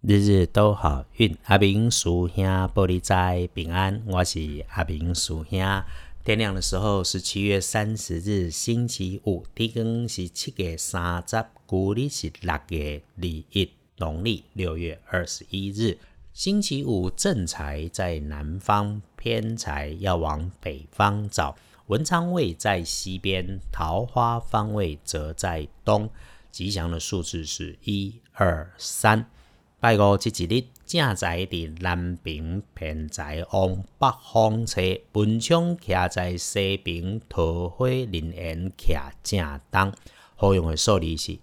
日日都好运，阿明师兄保你知平安，我是阿明师兄。天亮的时候是7月30日星期五，天光是7月30，古历是6月21，农历6月21日。星期五正财在南方，偏财要往北方找。文昌位在西边，桃花方位则在东。吉祥的数字是1、2、3。拜五这一日，正财在南边，偏财往北方找。文昌徛在西边，桃花人缘徛正东。好用的数字是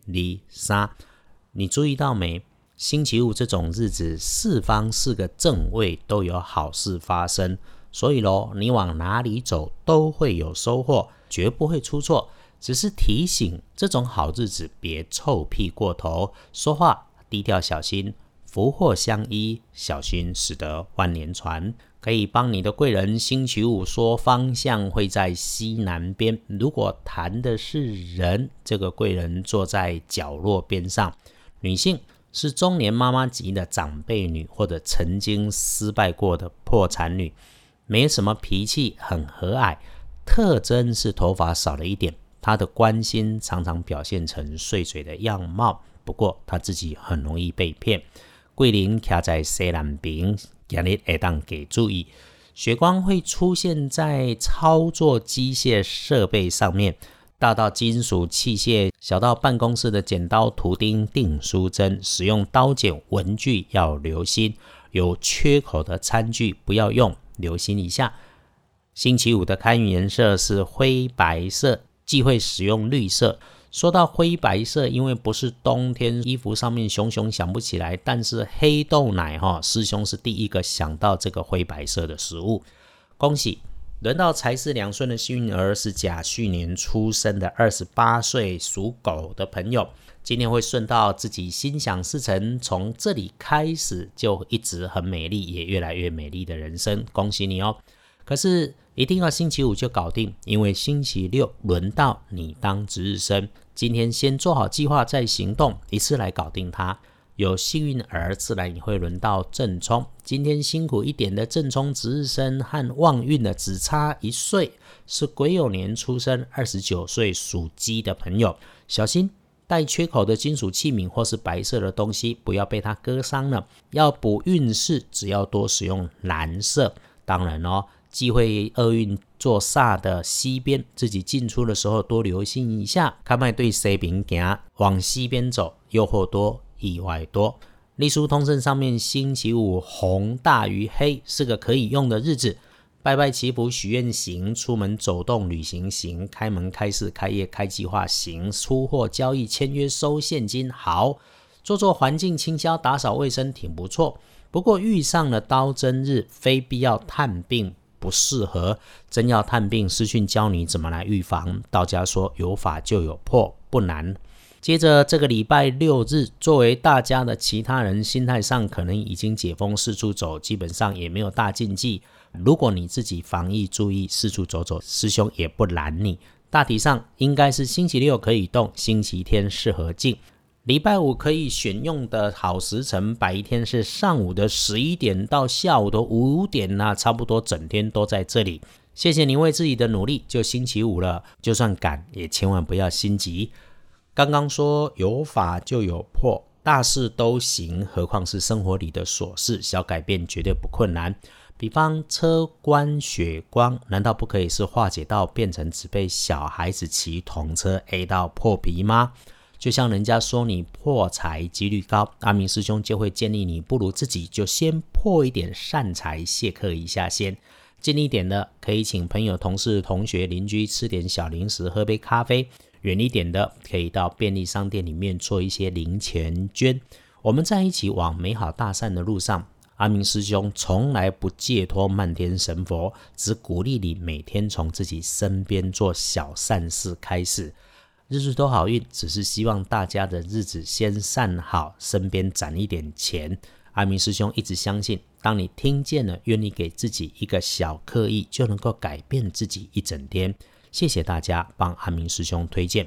1、2、3。你注意到没？星期五这种日子，四方4个正位都有好事发生，所以你往哪里走都会有收获，绝不会出错。只是提醒，这种好日子别臭屁过头，说话低调小心，福祸相依，小心驶得万年船。可以帮你的贵人，星期五说方向会在西南边。如果谈的是人，这个贵人坐在角落边上。女性是中年妈妈级的长辈女，或者曾经失败过的破产女，没什么脾气，很和蔼，特征是头发少了一点。她的关心常常表现成碎嘴的样貌，不过她自己很容易被骗。贵人徛在西南边，今日会当给注意。血光会出现在操作机械设备上面，大到金属器械，小到办公室的剪刀、图钉、订书针，使用刀剪文具要留心，有缺口的餐具不要用，留心一下。星期五的开运颜色是灰白色，忌讳使用绿色。说到灰白色，因为不是冬天，衣服上面熊熊想不起来，但是黑豆奶师兄是第一个想到这个灰白色的食物。恭喜！轮到财势两顺的幸运儿是甲戌年出生的28岁属狗的朋友，今天会顺到自己心想事成，从这里开始就一直很美丽，也越来越美丽的人生，恭喜你哦！可是一定要星期五就搞定，因为星期六轮到你当值日生。今天先做好计划再行动，一次来搞定它。有幸运儿自然也会轮到正冲，今天辛苦一点的正冲值日生和旺运的只差1岁，是癸酉年出生29岁属鸡的朋友，小心带缺口的金属器皿或是白色的东西，不要被它割伤了。要补运势，只要多使用蓝色。当然忌讳厄运坐煞的西边，自己进出的时候多留心一下，看卖对西边行，往西边走，诱惑多，意外多。历书通胜上面，星期五红大于黑，是个可以用的日子。拜拜祈福许愿行，出门走动旅行行，开门开市开业开计划行，出货交易签约收现金好，做环境清消打扫卫生挺不错。不过遇上了刀针日，非必要探病不适合，真要探病，师训教你怎么来预防。道家说有法就有破，不难。接着这个礼拜6日，作为大家的其他人，心态上可能已经解封四处走，基本上也没有大禁忌。如果你自己防疫注意，四处走走，师兄也不拦你。大体上应该是星期六可以动，星期天适合静。礼拜五可以选用的好时辰，白天是上午的11点到下午的5点差不多整天都在这里。谢谢你为自己的努力，就星期五了，就算赶也千万不要心急。刚刚说有法就有破，大事都行，何况是生活里的琐事，小改变绝对不困难。比方车关血光，难道不可以是化解到变成只被小孩子骑童车 A 到破皮吗？就像人家说你破财几率高，阿明师兄就会建议你，不如自己就先破一点善财，谢客一下先。近一点的可以请朋友、同事、同学、邻居吃点小零食，喝杯咖啡。远一点的可以到便利商店里面做一些零钱捐。我们在一起往美好大善的路上。阿明师兄从来不借托漫天神佛，只鼓励你每天从自己身边做小善事开始。日日都好运，只是希望大家的日子先善好，身边攒一点钱。阿明师兄一直相信，当你听见了，愿意给自己一个小刻意，就能够改变自己一整天。谢谢大家帮阿明师兄推荐。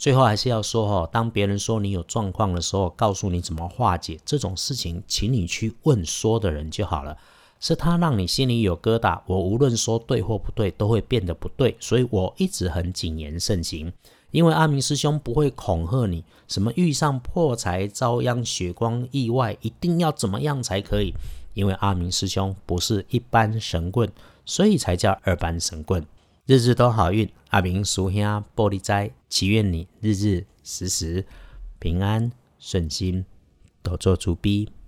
最后还是要说当别人说你有状况的时候，告诉你怎么化解这种事情，请你去问说的人就好了。是他让你心里有疙瘩，我无论说对或不对都会变得不对，所以我一直很谨言慎行。因为阿明师兄不会恐吓你，什么遇上破财遭殃血光意外一定要怎么样才可以，因为阿明师兄不是一般神棍，所以才叫二班神棍。日日都好运，阿明叔兄玻璃斋，祈愿你日日时时平安顺心，多做主逼。